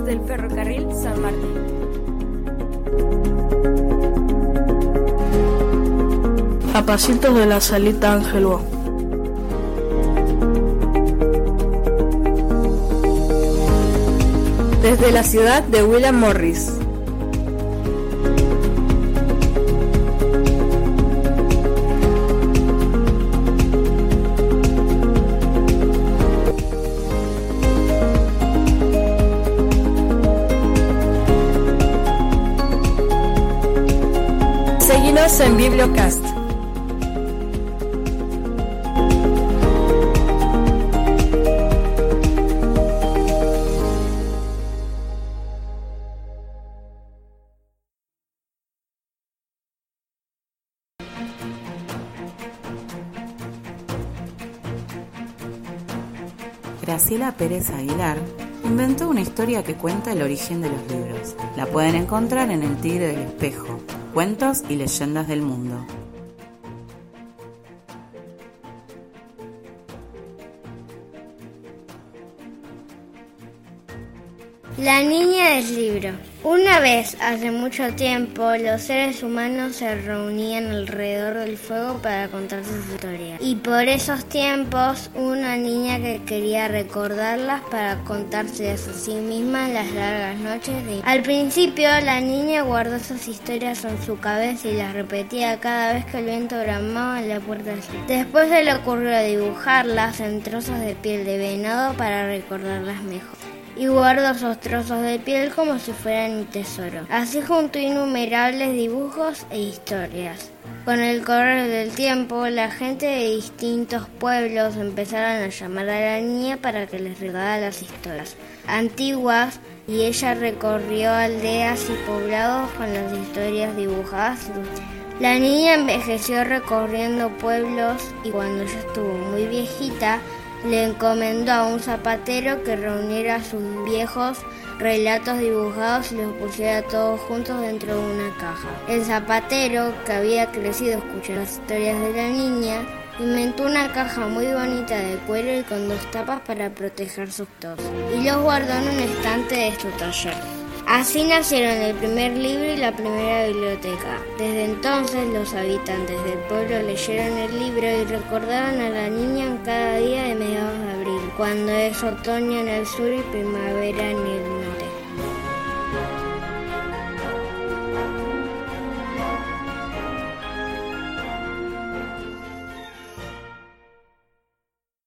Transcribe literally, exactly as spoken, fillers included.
del ferrocarril San Martín. A pasitos de la salita Angeló. Desde la ciudad de William Morris. Seguinos en Bibliocast. Graciela Pérez Aguilar inventó una historia que cuenta el origen de los libros. La pueden encontrar en El Tigre del Espejo, Cuentos y Leyendas del Mundo. La niña del libro. Una vez, hace mucho tiempo, los seres humanos se reunían alrededor del fuego para contar sus historias. Y por esos tiempos, una niña que quería recordarlas para contárselas a sí misma en las largas noches de... Al principio, la niña guardó esas historias en su cabeza y las repetía cada vez que el viento bramaba en la puerta del cielo. Después se le ocurrió dibujarlas en trozos de piel de venado para recordarlas mejor. Y guardó esos trozos de piel como si fueran un tesoro. Así juntó innumerables dibujos e historias. Con el correr del tiempo, la gente de distintos pueblos empezaron a llamar a la niña para que les regalara las historias antiguas, y ella recorrió aldeas y poblados con las historias dibujadas. La niña envejeció recorriendo pueblos y cuando ya estuvo muy viejita, le encomendó a un zapatero que reuniera sus viejos relatos dibujados y los pusiera todos juntos dentro de una caja. El zapatero, que había crecido escuchando las historias de la niña, inventó una caja muy bonita de cuero y con dos tapas para proteger sus tos, y los guardó en un estante de su taller. Así nacieron el primer libro y la primera biblioteca. Desde entonces los habitantes del pueblo leyeron el libro y recordaron a la niña en cada día de mediados de abril, cuando es otoño en el sur y primavera en el norte.